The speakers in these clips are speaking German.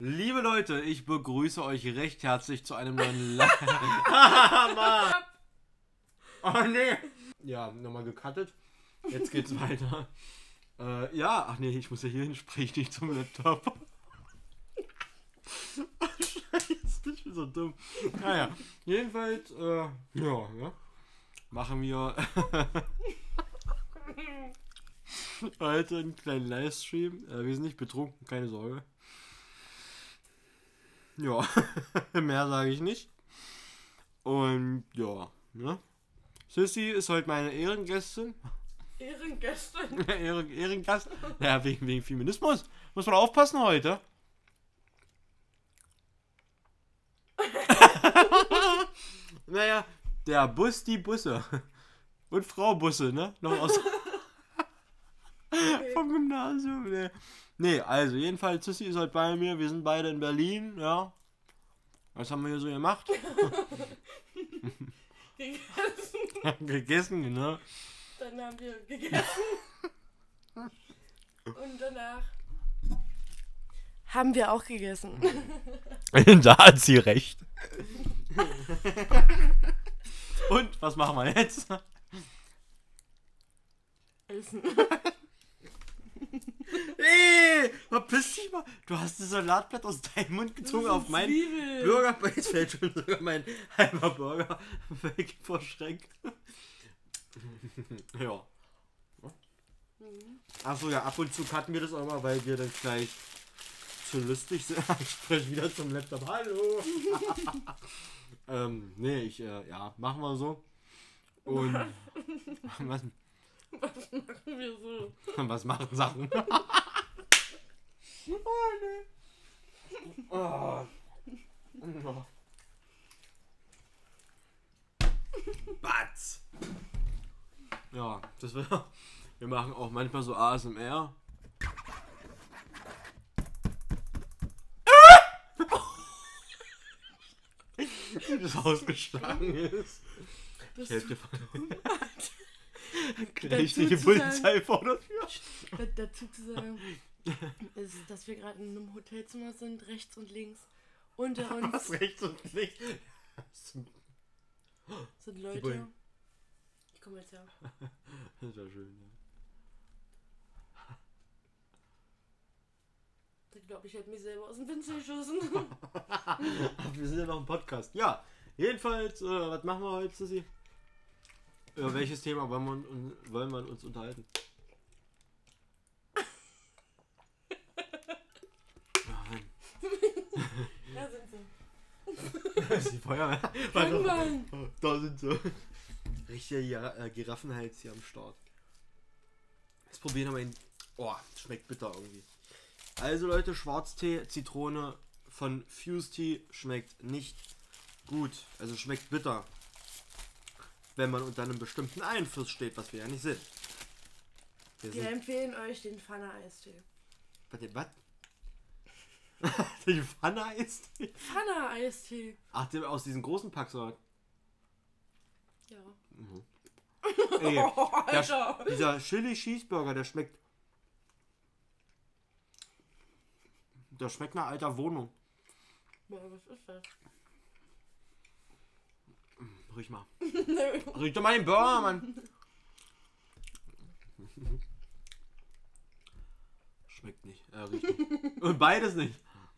Liebe Leute, ich begrüße euch recht herzlich zu einem neuen Mann. Oh nee. Ja, nochmal gecuttet. Jetzt geht's weiter. Ja, ach nee, ich muss ja hier hin, sprich nicht zum Laptop. Scheiße, ich bin so dumm. Naja, jedenfalls, ja, machen wir heute einen kleinen Livestream. Wir sind nicht betrunken, keine Sorge. Ja, mehr sage ich nicht. Und ja, ne? Sissy ist heute meine Ehrengästin. Ehrengästin? Ehrengast? Ja, wegen Feminismus. Muss man aufpassen heute. Naja, der Bus, die Busse. Und Frau Busse, ne? Noch aus Okay. vom Gymnasium. Ne. Nee, also jedenfalls, Sissy ist heute bei mir. Wir sind beide in Berlin, ja. Was haben wir hier so gemacht? Gegessen. Gegessen, ne? Dann haben wir gegessen. Und danach haben wir auch gegessen. Da hat sie recht. Und, was machen wir jetzt? Essen. Hey, verpiss dich mal. Du hast das Salatblatt aus deinem Mund gezogen auf meinen Zwiebeln. Burger. Jetzt fällt schon sogar mein halber Burger weg vor Schreck. Ja. Achso, ja, ab und zu cutten wir das auch mal, weil wir dann gleich zu lustig sind. Ich spreche wieder zum Laptop. Hallo. Nee, ja, machen wir so. Und was Was machen wir so? was machen Sachen? Oh, nee. Oh. Oh. Batz. Ja, wir machen auch manchmal so ASMR. Wie das ausgeschlagen ist. Das Hälfte von Dazu gleich die zu Polizei vor der Tür. dazu zu sagen, ist, dass wir gerade in einem Hotelzimmer sind, rechts und links. Unter Was uns rechts und links. sind Die Leute. Bullen. Ich komme jetzt her. Das war schön, ja. Ich glaube, ich hätte mich selber aus dem Fenster geschossen. Aber wir sind ja noch im Podcast. Ja, jedenfalls, was machen wir heute, Sissy? Über welches Thema wollen wir uns unterhalten? Ja, Da sind sie. das ist die Feuerwehr. Fangmann! Da sind sie. Richtiger Giraffenhals hier am Start. Jetzt probieren wir ihn. Oh, schmeckt bitter irgendwie. Also Leute, Schwarztee, Zitrone von Fuse Tea schmeckt nicht gut. Also schmeckt bitter. Wenn man unter einem bestimmten Einfluss steht, was wir ja nicht sind. Wir empfehlen euch den Pfanne-Eistee. Was? Die Pfanne-Eistee? Pfanne-Eistee! Ach, der aus diesen großen Packs, oder? Ja. Ey, Oh, Alter! dieser Chili Cheeseburger, der schmeckt nach alter Wohnung. Boah, was ist das? Riech mal. Riech doch mal den Burger, Mann. Schmeckt nicht. Riecht nicht. Und beides nicht.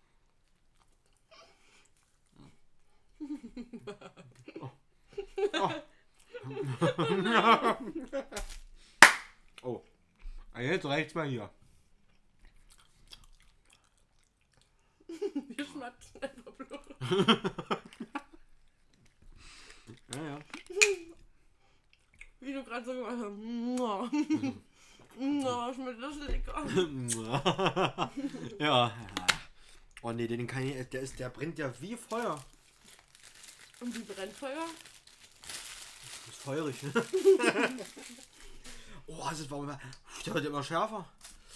Oh. Oh. Jetzt reicht's mal hier. Wir schmatzen einfach bloß. Ja. Wie du gerade so gemacht hast. Mua. Mua, schmeckt das lecker. Ja. Oh nee, den kann ich. Der brennt ja wie Feuer. Und wie brennt Feuer? Das ist feurig, ne? Oh, das war immer. Der wird immer schärfer.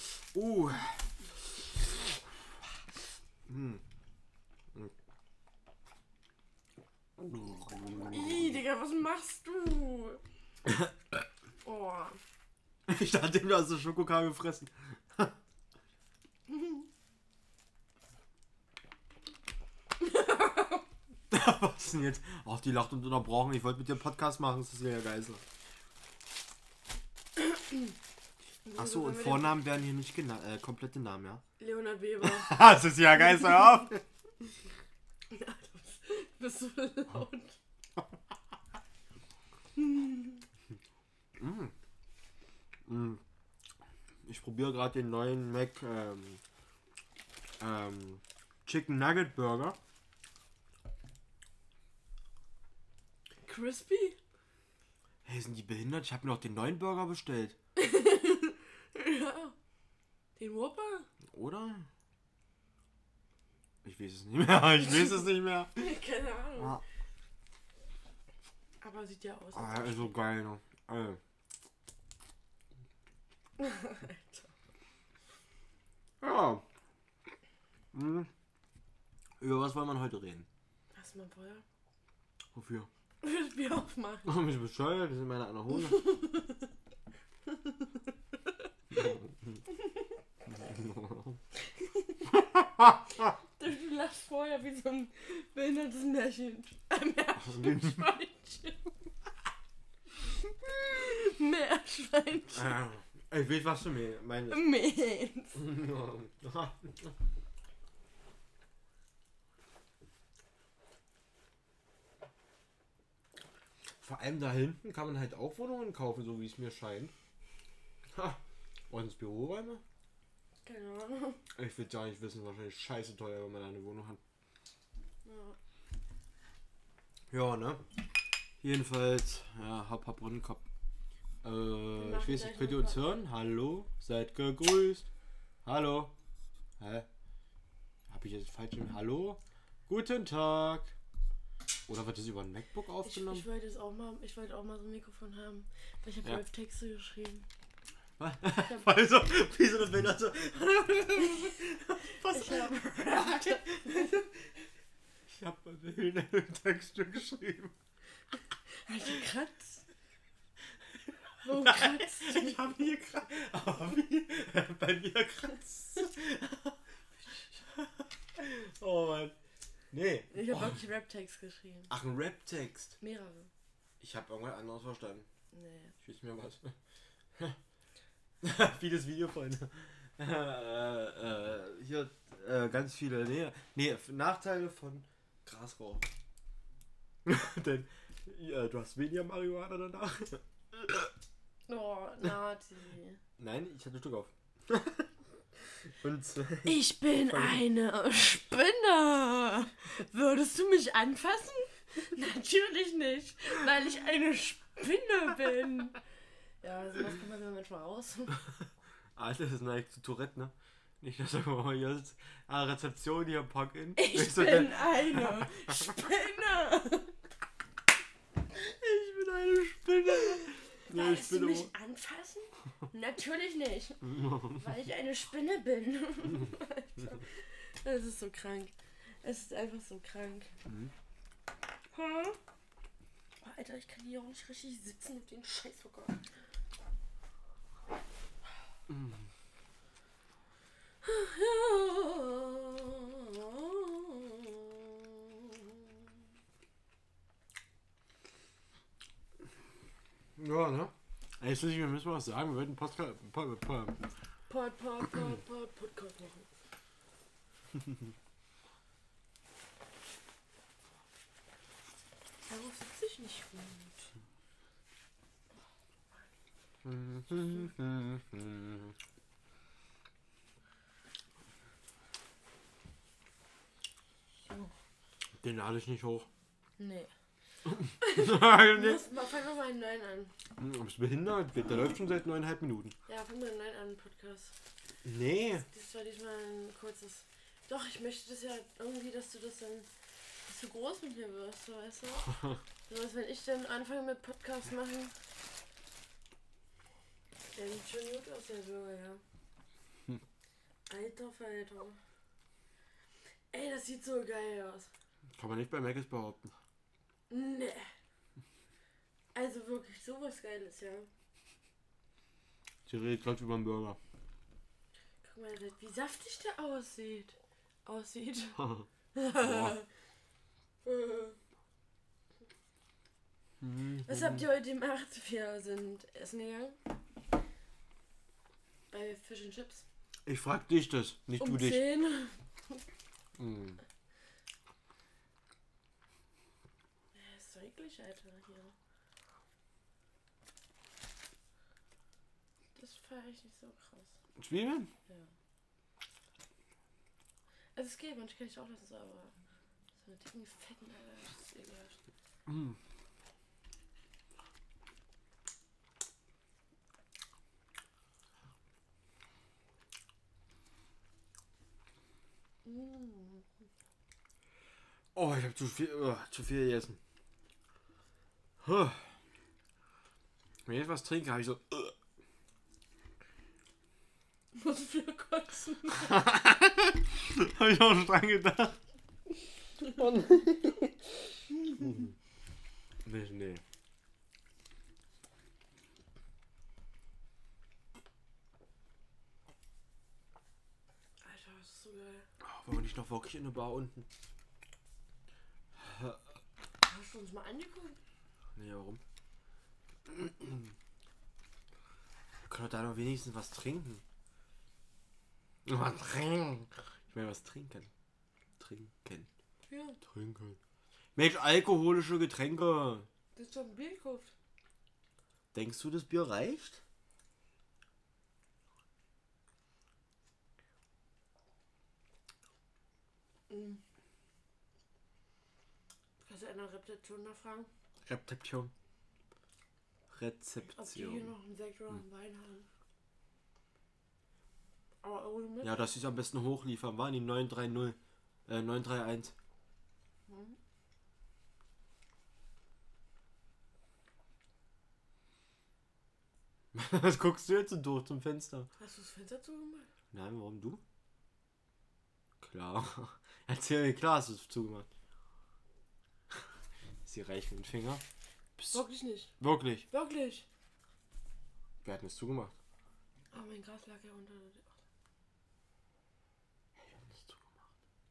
Ih, Digga, was machst du? Oh. Ich dachte, du hast so Schokokar gefressen. Was denn jetzt? Ach, die lacht und unterbrochen. Ich wollte mit dir einen Podcast machen, das ist ja Geißel. Achso, und Vornamen werden hier nicht genannt. Komplette Namen, ja? Leonhard Weber. Das ist ja Geißel auf! Ja, du bist so laut. Ich probiere gerade den neuen Mac Chicken Nugget Burger. Crispy? Hey, sind die behindert? Ich habe mir noch den neuen Burger bestellt. Ja. Den Whopper? Oder? Ich weiß es nicht mehr. Ich weiß es nicht mehr. Keine Ahnung. Ah. Aber sieht ja aus. Also geil, ne? Alter. Ja. Über was wollen wir heute reden? Hast du mal Feuer? Wofür? Das Bier aufmachen. Oh, mich bescheuert, das sind meine Anahuhn. Du lachst vorher wie so ein behindertes Märchen. Meerschweinchen. Meerschweinchen. Ich weiß, was du mir meinst. Meins. Vor allem da hinten kann man halt auch Wohnungen kaufen, so wie es mir scheint. Und ins Büroräume? Keine Ahnung. Ich will gar nicht wissen, wahrscheinlich scheiße teuer, wenn man eine Wohnung hat. Ja, ne? Jedenfalls, ja, hab Brunnenkopf. Ich weiß nicht, könnt ihr uns hören? Hallo? Seid gegrüßt. Hallo? Hä? Hab ich jetzt falsch gemacht? Hallo? Guten Tag. Oder wird das über ein MacBook aufgenommen? Ich wollte auch mal so ein Mikrofon haben. Weil ich habe 12 Texte geschrieben. Also, wieso das Bild so? Was? Ich habe einen Text geschrieben. Alter, kratzt. Wo kratzt? Ich habe hier kratzt. Aber wie? Bei mir kratzt. Oh Mann. Nee. Ich habe wirklich Rap-Text geschrieben. Ach, ein Rap-Text. Mehrere. Ich habe irgendwas anderes verstanden. Nee. Ich weiß mir was. Vieles Videofreunde. Hier ganz viele. Nee, Nachteile von Grasrauch. Denn du hast weniger Marihuana danach. Oh, Nati. Nein, ich hatte ein Stück auf. Und ich bin eine Spinne. Würdest du mich anfassen? Natürlich nicht, weil ich eine Spinne bin. Ja, sowas kommt man manchmal raus. Alter, das ist neigt zu Tourette, ne? Nicht, dass wir mal hier ist. Rezeption hier, Pack-In. Ich bin eine Spinne. Ich bin eine Spinne. Ja, Willst du mich anfassen? Natürlich nicht, weil ich eine Spinne bin. Alter, das ist so krank. Es ist einfach so krank. Oh, Alter, ich kann hier auch nicht richtig sitzen mit den Scheißhocker. Ja, ne? Ey, wir müssen was sagen. Wir wollten Podcast Podcast machen. Darauf sitze ich nicht gut. Den lade ich nicht hoch. Nee. Nein, nee. Fang doch mal einen neuen an. Bist du behindert? Der läuft schon seit 9,5 Minuten. Ja, fang mal einen neuen an, Podcast. Nee. Das war diesmal ein kurzes. Doch, ich möchte das ja irgendwie, dass du das dann so groß mit mir wirst, so, weißt du? So, als wenn ich dann anfange mit Podcast machen. Der sieht schon gut aus, der Bürger, ja. Alter Falter. Ey, das sieht so geil aus. Kann man nicht bei Mc's behaupten. Nee. Also wirklich sowas Geiles, ja. Sie redet gerade über einen Burger. Guck mal, wie saftig der aussieht. Boah. Was habt ihr heute gemacht? Wir sind essen gegangen. Bei Fish and Chips. Ich frag dich das, nicht du dich. 10. Das ist doch eklig, Alter. Hier. Das feier ich nicht so krass. Zwiebeln? Ja. Also es geht, manchmal kann ich auch lassen, so, aber so eine dicken, fetten, Alter, das ist ekelhaft. Oh, ich hab zu viel gegessen. Wenn ich jetzt was trinke, habe ich so. Muss für kotzen. Habe ich auch schon dran gedacht. Nee. Alter, das ist so geil. Wollen wir nicht noch wirklich in eine Bar unten? Hast du uns mal angeguckt? Nee, warum? Wir können doch da noch wenigstens was trinken. Was trinken? Ich meine, was trinken. Ja. Trinken. Mensch, alkoholische Getränke. Du hast doch ein Bier gekauft. Denkst du, das Bier reicht? Kannst du einer Rezeption nachfragen? Rezeption. Ob die hier noch einen Sekt oder einen Wein haben. Aber ohne mit? Ja, dass sie es am besten hochliefern. Waren die 930. 931. Was guckst du jetzt so durch zum Fenster? Hast du das Fenster zugemacht? Nein, warum du? Klar. Erzähl mir, klar hast du es zugemacht. Sie reicht mit dem Finger. Psst. Wirklich nicht. Wirklich? Wirklich. Wer hat denn das zugemacht? Oh, mein Gras lag ja unter der... Wer hat das zugemacht?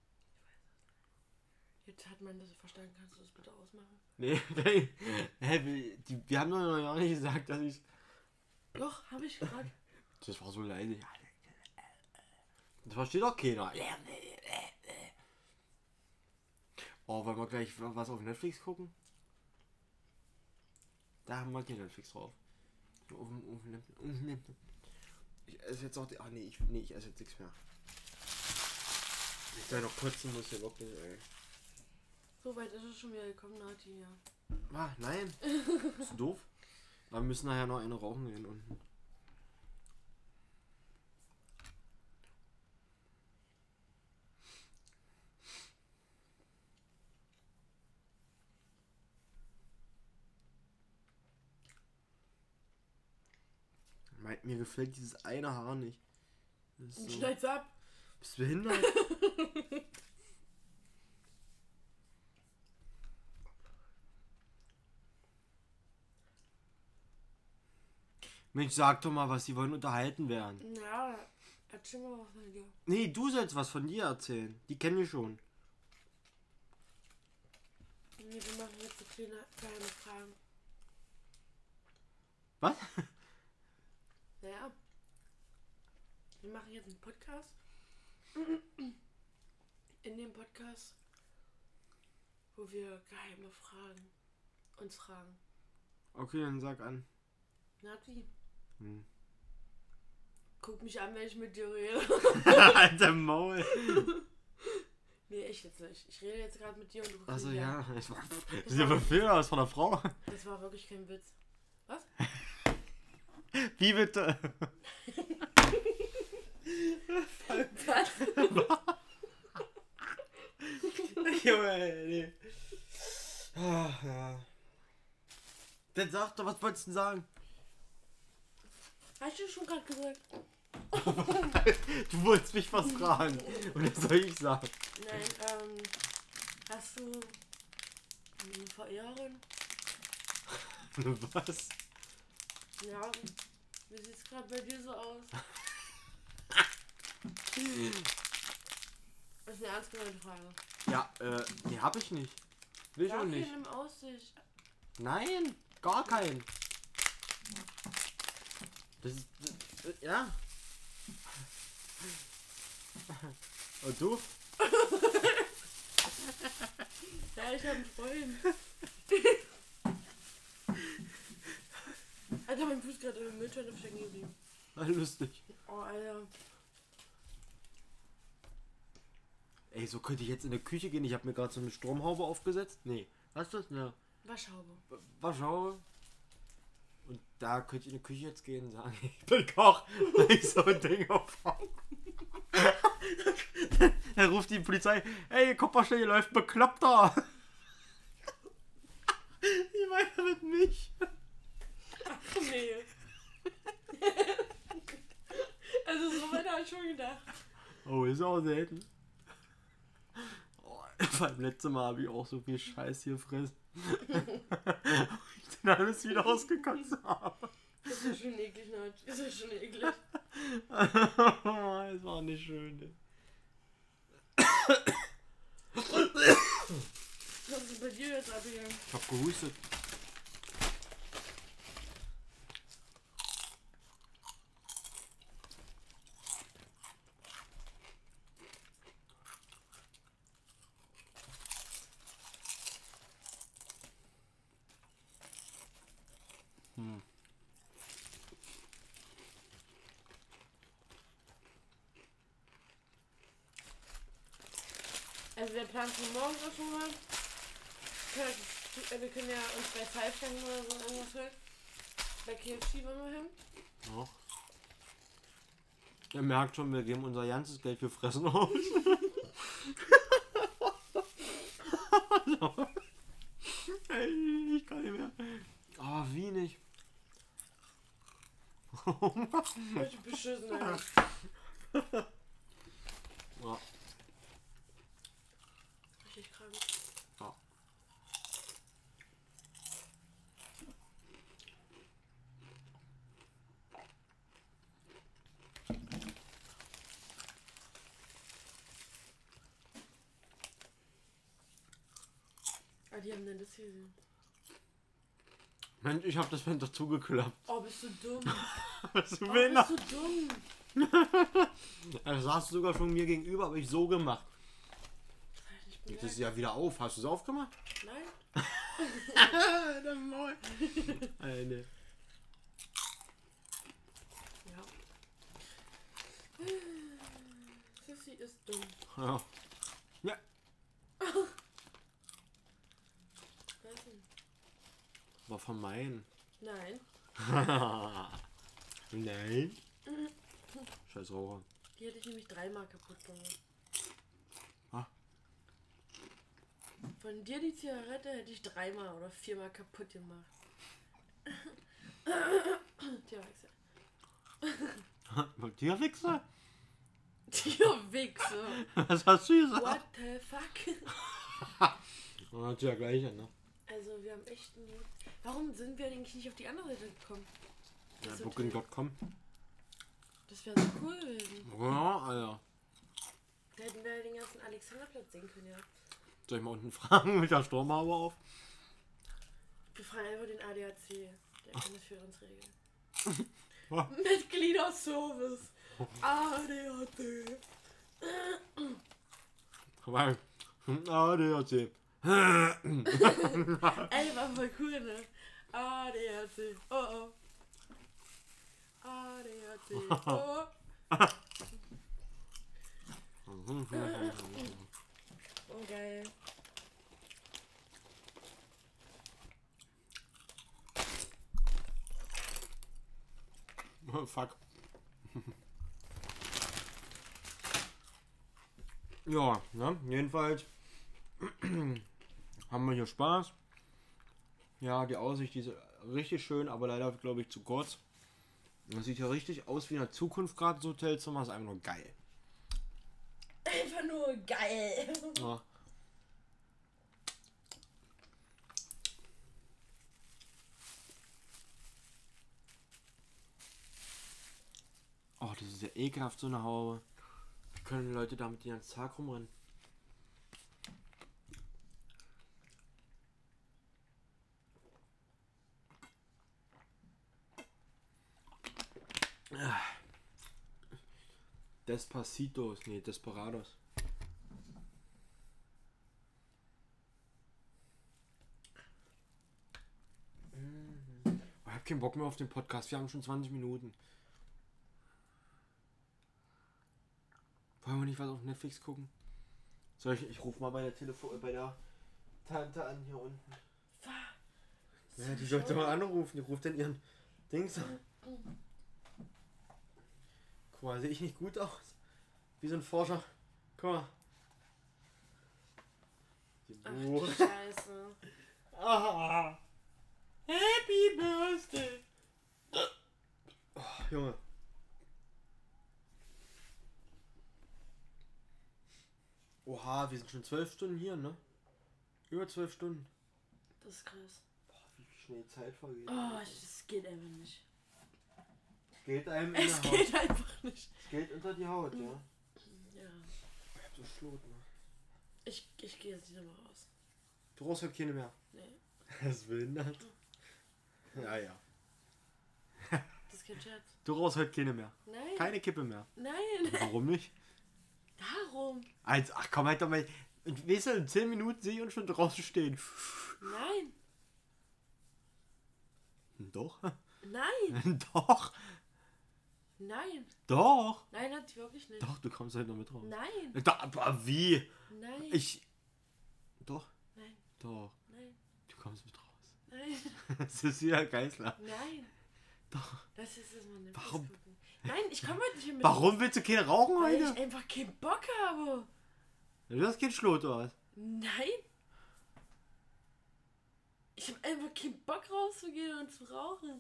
Jetzt hat man das verstanden. Kannst du das bitte ausmachen? Nee, wir haben doch noch nicht gesagt, dass ich... Doch, habe ich gerade. Das war so leise. Das versteht doch keiner. Oh, wollen wir gleich was auf Netflix gucken? Da haben wir kein Netflix drauf. Ich esse jetzt auch die... Ach nee, ich esse jetzt nichts mehr. Ich da noch kotzen muss hier wirklich, ey. So weit ist es schon wieder gekommen, Nati, ja. Ah, nein. Bist du doof? Aber wir müssen nachher noch eine rauchen gehen unten. Mir gefällt dieses eine Haar nicht. Das ist so. Schneid's ab. Bist du behindert? Mensch, sag doch mal was, die wollen unterhalten werden. Ja, erzähl mal was von dir. Nee, du sollst was von dir erzählen. Die kennen wir schon. Nee, wir machen jetzt so kleine Fragen. Was? Naja. Wir machen jetzt einen Podcast. In dem Podcast, wo wir geheime Fragen uns fragen. Okay, dann sag an. Nati? Guck mich an, wenn ich mit dir rede. Alter Maul. Nee, echt jetzt nicht. Ich rede jetzt gerade mit dir und du guckst Achso, mich ja. an. Das ist ja Film aus von der Frau. Das war wirklich kein Witz. Was? Wie bitte? Was? Junge, nee. Ach, ja. Dann sag doch, was wolltest du denn sagen? Hast du schon gerade gesagt? Du wolltest mich was fragen. Und was soll ich sagen? Nein, hast du eine Verehrerin? Was? Ja, wie sieht's gerade bei dir so aus? Das ist eine ernst gemeinte Frage. Ja, nee, hab ich nicht. Will ich auch Sag nicht. ihn im Aussicht. Nein, gar keinen. Das ist. Ja. Und du? Ja, ich habe einen Freund. Alter, mein Fuß gerade im Mülltonne stecken geblieben. Lustig. Oh, Alter. Ey, so könnte ich jetzt in der Küche gehen. Ich habe mir gerade so eine Stromhaube aufgesetzt. Nee, was ist das? Eine Waschhaube. Waschhaube. Und da könnte ich in die Küche jetzt gehen und sagen, ich bin Koch, weil ich so ein Ding aufhabe. Dann ruft die Polizei, ey, guck mal schnell, hier läuft ein Bekloppter. Die meint mit mich. Ach nee. Also so weit habe ich schon gedacht. Oh, ist auch selten. Oh, beim letzten Mal habe ich auch so viel Scheiß hier gefressen. Ich dann alles wieder ausgekotzt habe. Das ist schon eklig, ne? Das ist schon eklig. Es war nicht schön. Was ist bei dir jetzt abgegangen? Ich hab gehustet. Also der Plan für morgen ist schon mal. Wir können ja uns bei Five Stangen oder so irgendwas holen. Bei KFC wollen wir hin. Ja. Ihr merkt schon, wir geben unser ganzes Geld für Fressen aus. Ey, ich kann nicht mehr. Ah, wie nicht? Richtig beschissen, Alter. Ja. Richtig krank. Ja. Ah, die haben denn das hier gesehen. Mensch, ich hab das Fenster zugeklappt. Oh, bist du dumm. Was du Oh, willst? bist du dumm. Das saß sogar schon mir gegenüber, aber ich so gemacht. Ich bin Jetzt ist weg. sie ja wieder auf. Hast du es aufgemacht? Nein. Das Maul. Eine. Ja. Sissy ist dumm. Ja. Ja. Weiß nicht. War von meinen. Nein. Nein. Scheiß Raucher. Die hätte ich nämlich 3-mal kaputt gemacht. Ah. Von dir die Zigarette hätte ich 3-mal oder 4-mal kaputt gemacht. Tierwichse. Tierwichser? Tierwichse. Was hast du gesagt? What the fuck? Das ist ja gleich, ne? Also wir haben echt einen... Warum sind wir eigentlich nicht auf die andere Seite gekommen? Ja, Das Booking.com. Das wäre so cool gewesen. Ja, Alter. Da hätten wir den ganzen Alexanderplatz sehen können, ja. Soll ich mal unten fragen mit der Sturmhaube auf? Wir fragen einfach den ADAC. Der kann das für uns regeln. Was? Mitgliederservice. ADAC. Weil. ADAC. Ey, war voll cool, ne? ADAC. Oh oh. ADAC. Oh. Oh, geil. Fuck. Ja, ne? Jedenfalls haben wir hier Spaß. Ja, die Aussicht die ist richtig schön, aber leider glaube ich zu kurz. Das sieht ja richtig aus wie in der Zukunft gerade, das Hotelzimmer ist einfach nur geil. Einfach nur geil. Ja. Oh, das ist ja ekelhaft, so eine Haube. Wie können Leute damit den ganzen Tag rumrennen? Despacitos, nee, Desperados. Ich hab keinen Bock mehr auf den Podcast, wir haben schon 20 Minuten. Wollen wir nicht was auf Netflix gucken? Soll ich ruf mal bei der Tante an hier unten. Ja, die sollte mal anrufen, die ruft dann ihren Dings an. Guck mal, sehe ich nicht gut aus? Wie so ein Forscher. Guck mal. Die Ach du Scheiße. Ah, Happy Birthday. Oh, Junge. Oha, wir sind schon 12 Stunden hier, ne? Über 12 Stunden. Das ist krass. Boah, wie schnell die Zeit vergeht. Oh, das geht einfach nicht. Es geht einem in Es der geht Haut. einfach nicht. Es geht unter die Haut, ja. Ja. Ich hab so Schlot, ne? Ich gehe jetzt nicht nochmal raus. Du brauchst halt keine mehr. Nee. Das ist behindert. Ja, ja. Das ist kein Scherz. Du rauchst heute keine mehr. Nein. Keine Kippe mehr. Nein. Warum nicht? Darum. Ach komm, halt doch mal. Weißt du, in 10 Minuten sehe ich uns schon draußen stehen. Nein. Doch. Nein. Doch. Nein. Doch. Nein, hat sie wirklich nicht. Doch, du kommst halt noch mit raus. Nein. Aber wie? Nein. Doch. Nein. Doch. Nein. Du kommst mit raus. Nein. Das ist wieder Geißler. Nein. Doch. Das ist das mal nicht. Warum? Nein, ich komme heute nicht mehr mit. Warum willst du keine rauchen Weil heute? ich einfach keinen Bock habe. Du hast keinen Schlot, oder was? Nein. Ich habe einfach keinen Bock rauszugehen und zu rauchen.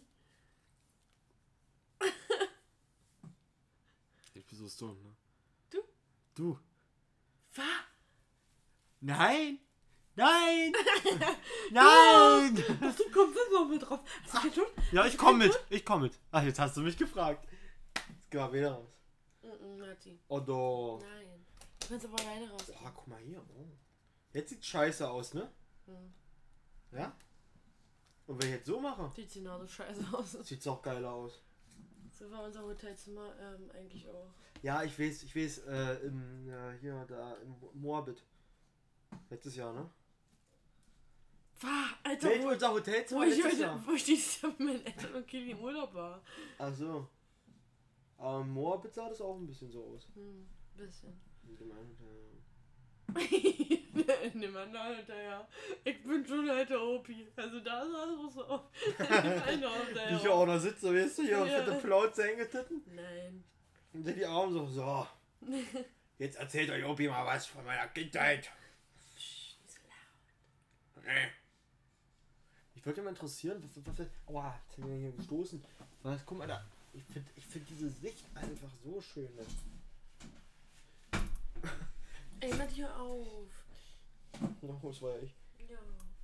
Ich bin so dumm, ne? Du? Du. Was? Nein! Nein! Nein! Du kommst jetzt noch mit drauf. Hast du keinen Schuld? Ja, ich komm mit. Ich komm mit. Ach, jetzt hast du mich gefragt. Jetzt geh mal wieder raus. Matti. Oh doch. Nein. Du kannst aber alleine raus. Boah, guck mal hier. Oh. Jetzt sieht scheiße aus, ne? Ja? Und wenn ich jetzt so mache, Sieht genauso scheiße aus. sieht's auch geiler aus. So war unser Hotelzimmer eigentlich auch. Ja, ich weiß, hier, da im Moabit. Letztes Jahr, ne? Alter, Nee, unser Hotelzimmer letztes Jahr. wo ich dieses Jahr mit meinen Eltern und Kind im Urlaub war. Ach so. Aber im Moabit sah das auch ein bisschen so aus. Bisschen. Mit dem einen, In dem anderen Alter, ja. Ich bin schon alter Opi. Also da ist alles so auf. ich hier auch noch sitze, weißt du, hier Ja. fette Plauze eingetitten. Nein. Und dann die Arme so. Jetzt erzählt euch Opi mal was von meiner Kindheit. Psst, nicht so laut. Nee. Ich wollte mal interessieren, aua, jetzt haben wir hier gestoßen. Was, guck mal da. Ich find diese Sicht einfach so schön. Ne? Ey, mach dich hör auf. Na, das war ja ich. Ja.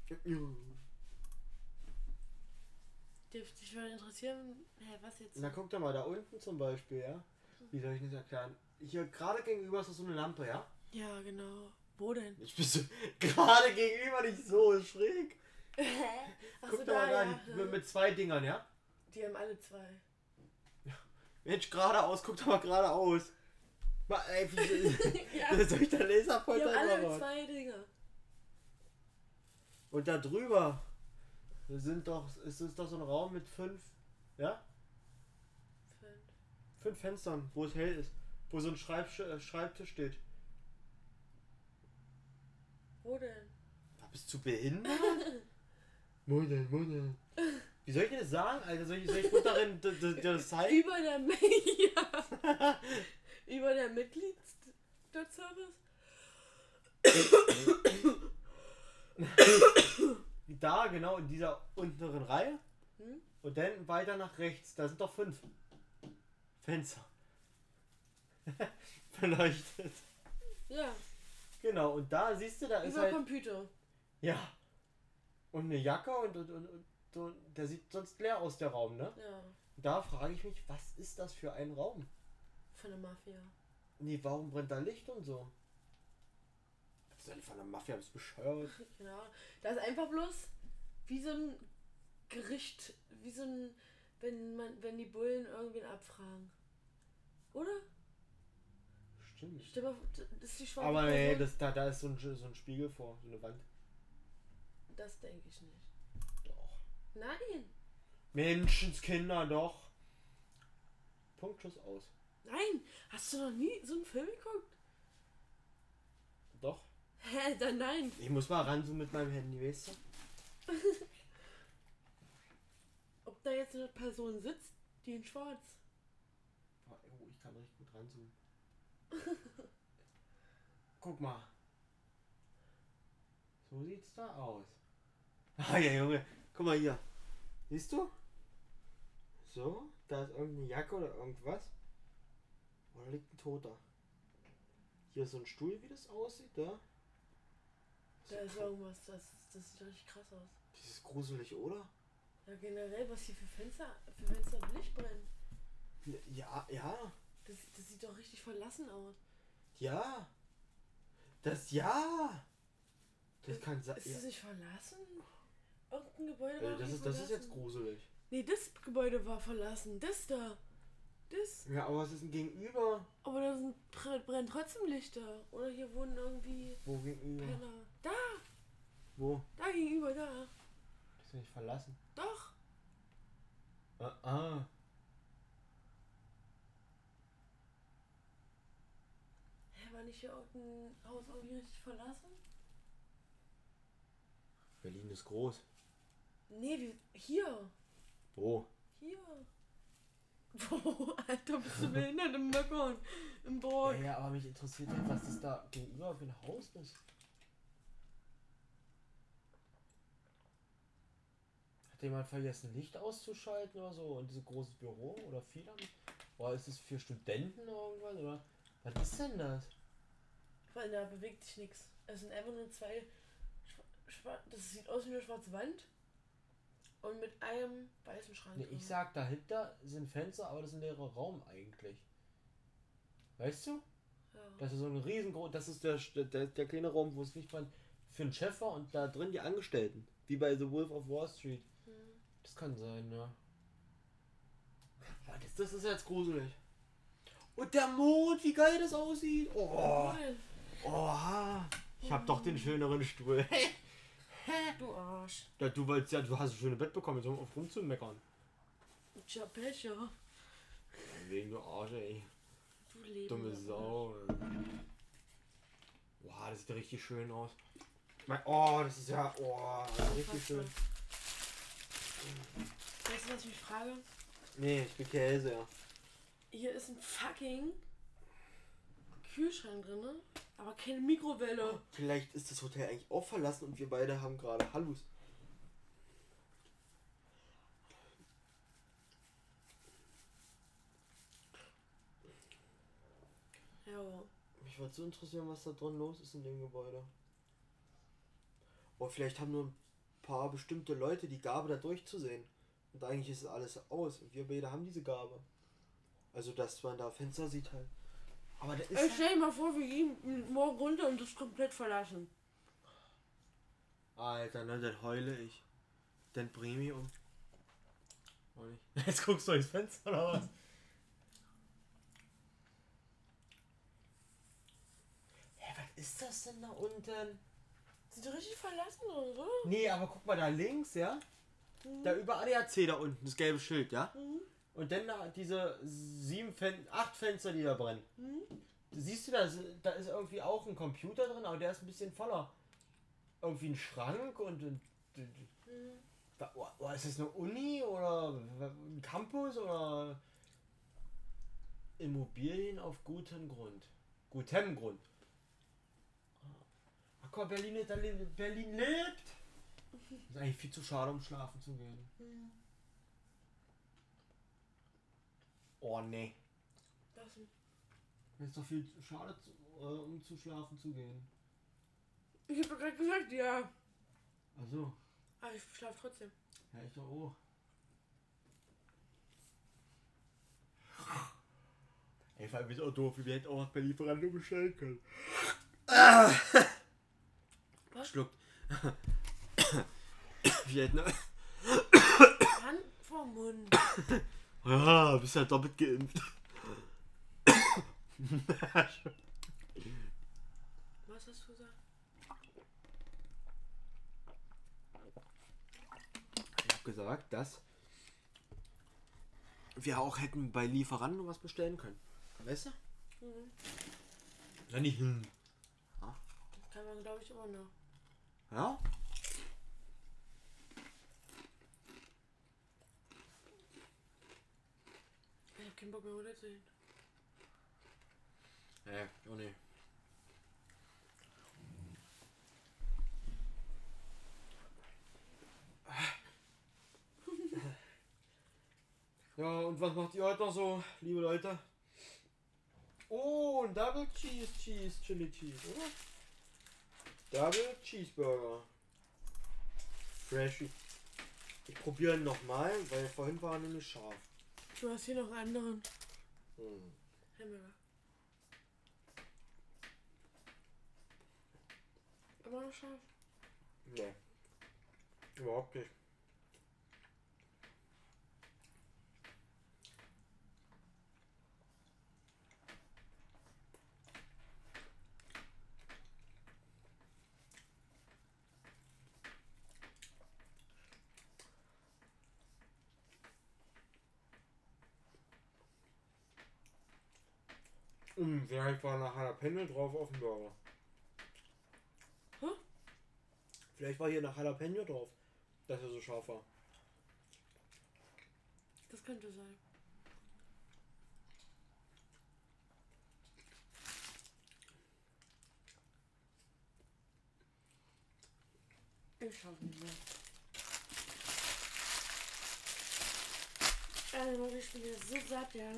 Dich würde interessieren, was jetzt? Na, guck doch mal, da unten zum Beispiel, ja? Wie soll ich das erklären? Hier gerade gegenüber ist das so eine Lampe, ja? Ja, genau. Wo denn? Ich bin so gerade gegenüber nicht so schräg. Achso, Guck doch mal da, ja. mit 2 Dingern, ja? Die haben alle 2. Mensch, geradeaus, guck doch mal geradeaus. Mal, ey, Ja. soll ich da Die Laserpointer haben alle drauf? 2 Dinger. Und da drüber ist es doch so ein Raum mit 5, ja? 5 Fenstern, wo es hell ist. Wo so ein Schreibtisch steht. Wo denn? Bist du behindert? Mutter. Wie soll ich denn das sagen, Alter? Soll ich gut darin das zeigen? Über der ja. Über der Mitgliedsservice? Da, genau, in dieser unteren Reihe. Und dann weiter nach rechts. Da sind doch 5 Fenster. Beleuchtet. Ja. Genau, und da siehst du, da ist Über halt... Computer. Ja. Und eine Jacke und der sieht sonst leer aus, der Raum, ne? Ja. Und da frage ich mich, was ist das für ein Raum? Von der Mafia. Nee, warum brennt da Licht und so? Das ist ja nicht von der Mafia, bist du bescheuert? Genau. Da ist einfach bloß wie so ein Gericht, wie so ein, wenn die Bullen irgendwen abfragen. Oder? Stimmt. Stell mal, das ist die schwarze Aber nee, Person. da ist so ein Spiegel vor, so eine Wand. Das denke ich nicht. Doch. Nein. Menschenskinder, doch. Punkt, Schuss, aus. Nein. Hast du noch nie so einen Film geguckt? Doch. Hä, dann nein. Ich muss mal ran so mit meinem Handy, weißt du? Ob da jetzt eine Person sitzt, die in schwarz. Oh, ich kann richtig gut ranzoomen. Guck mal. So sieht's da aus. Ah ja, Junge. Guck mal hier. Siehst du? So, da ist irgendeine Jacke oder irgendwas. Oder liegt ein Toter. Hier ist so ein Stuhl, wie das aussieht, da. Da ist irgendwas, das sieht richtig krass aus. Das ist gruselig, oder? Ja, generell, was hier für Fenster Licht brennen. Ja, ja. Das sieht doch richtig verlassen aus. Ja. Ja. Das kann sein. Ist das nicht verlassen? Irgendein Gebäude war Das ist verlassen. jetzt gruselig. Nee, das Gebäude war verlassen. Das da. Das. Ja, aber was ist denn gegenüber? Aber da brennen trotzdem Lichter. Oder hier wohnen irgendwie Wo gegenüber? Penner. Da! Wo? Da gegenüber, da. Das ist nicht verlassen. Doch. Ah. Hä, war nicht hier irgendein Haus irgendwie richtig verlassen? Berlin ist groß. Nee, hier. Wo? Hier. Wo? Alter, bist du behindert im Möckern? Im Borg. Ja, aber mich interessiert halt, was das da gegenüber für ein Haus ist. Hat jemand vergessen, Licht auszuschalten oder so? Und dieses großes Büro oder viel damit? Oder ist es für Studenten oder irgendwas? Oder was ist denn das? Weil da bewegt sich nichts. Es sind einfach nur zwei. Das sieht aus wie eine schwarze Wand. Und mit einem weißen Schrank. Nee, ich sag, dahinter sind Fenster, aber das ist ein leerer Raum eigentlich. Weißt du? Ja. Das ist so ein riesengroß. Das ist der kleine Raum, wo es nicht mal für einen Chef war und da drin die Angestellten. Wie bei The Wolf of Wall Street. Das kann sein, ja. Aber das ist jetzt gruselig. Und der Mond, wie geil das aussieht. Oh. Oha. Ich hab doch den schöneren Stuhl. Du Arsch. Ja, du hast ein schönes Bett bekommen, jetzt hör auf rumzumeckern. Tja, Pech, ja. Wegen du Arsch, ey. Du Leben. Dumme Sau. Boah, das sieht richtig schön aus. Oh, das ist ja. Oh, das ist richtig schön. Weißt du, was ich mich frage? Nee, ich bin Käse, ja. Hier ist ein fucking Kühlschrank drin, aber keine Mikrowelle. Vielleicht ist das Hotel eigentlich auch verlassen und wir beide haben gerade Hallus. Ja. Mich würde so interessieren, was da drin los ist in dem Gebäude. Oh, vielleicht haben nur ein paar bestimmte Leute die Gabe, da durchzusehen. Und eigentlich ist alles aus und wir beide haben diese Gabe. Also, dass man da Fenster sieht halt. Aber da ist Ich stell dir mal vor, wir gehen morgen runter und das ist komplett verlassen. Alter, ne, dann heule ich. Dann bring mich um. Oh, nicht. Jetzt guckst du durchs Fenster oder was? Hä, was ist das denn da unten? Sieht richtig verlassen aus, oder? Nee, aber guck mal da links, ja? Da über ADAC da unten, das gelbe Schild, ja? Und dann da diese 8 Fenster, die da brennen. Siehst du, da ist irgendwie auch ein Computer drin, aber der ist ein bisschen voller. Irgendwie ein Schrank und ist das eine Uni oder ein Campus oder Immobilien auf gutem Grund? Gutem Grund. Ach Gott, Berlin lebt! Ist eigentlich viel zu schade, um schlafen zu gehen. Oh nee. Das Ist doch viel zu schade, um zu schlafen zu gehen. ich hab doch gerade gesagt, ja. Achso. Aber ich schlaf trotzdem. Ja, ich doch auch. Ey, vor allem ist auch doof, wir hätten auch was per Lieferando bestellen können. Was? Schluckt. Wir hätten. Hand vom Mund. Ja, bist ja doppelt geimpft. Was hast du gesagt? Ich habe gesagt, dass wir auch hätten bei Lieferanten was bestellen können. Weißt du? Mhm. Ja, nicht. Das kann man, glaube ich, immer noch. Ja? Ich hab keinen Bock mehr Roulette sehen. Ja, oh nee. Ja, und was macht ihr heute noch so, liebe Leute? Oh, ein Double Chili Cheese, oder? Double Cheeseburger. Fresh. Ich probiere ihn nochmal, weil vorhin war er nämlich scharf. Du hast hier noch einen anderen. Hm. Immer noch scharf? Nee. Überhaupt nicht. Vielleicht war noch Jalapeno drauf auf dem Burger. Hä? Vielleicht war hier noch Jalapeno drauf, dass er so scharf war. Das könnte sein. Ich schau nicht mehr. Also, ich bin jetzt so satt, ja.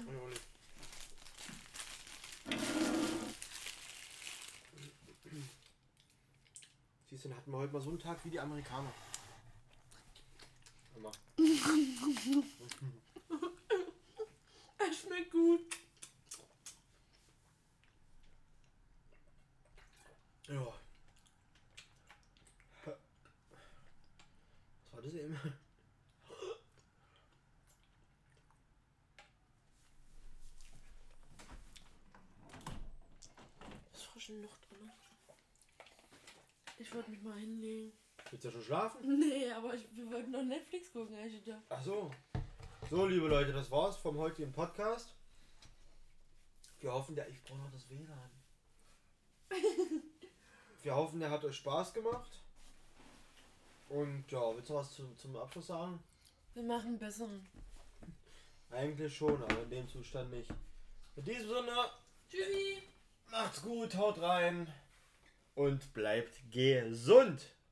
Siehst du, dann hatten wir heute mal so einen Tag wie die Amerikaner. Immer. Es schmeckt gut. Ja. Was war das eben? Ist frische noch drin. Ich wollte mich mal hinlegen. Willst du ja schon schlafen? Nee, aber wir wollten noch Netflix gucken, eigentlich. Ja. Ach so. So, liebe Leute, das war's vom heutigen Podcast. Wir hoffen, ich brauche noch das WLAN. Wir hoffen, der hat euch Spaß gemacht. Und ja, willst du was zum Abschluss sagen? Wir machen einen besseren. Eigentlich schon, aber in dem Zustand nicht. In diesem Sinne, Tschüssi. macht's gut, haut rein und bleibt gesund.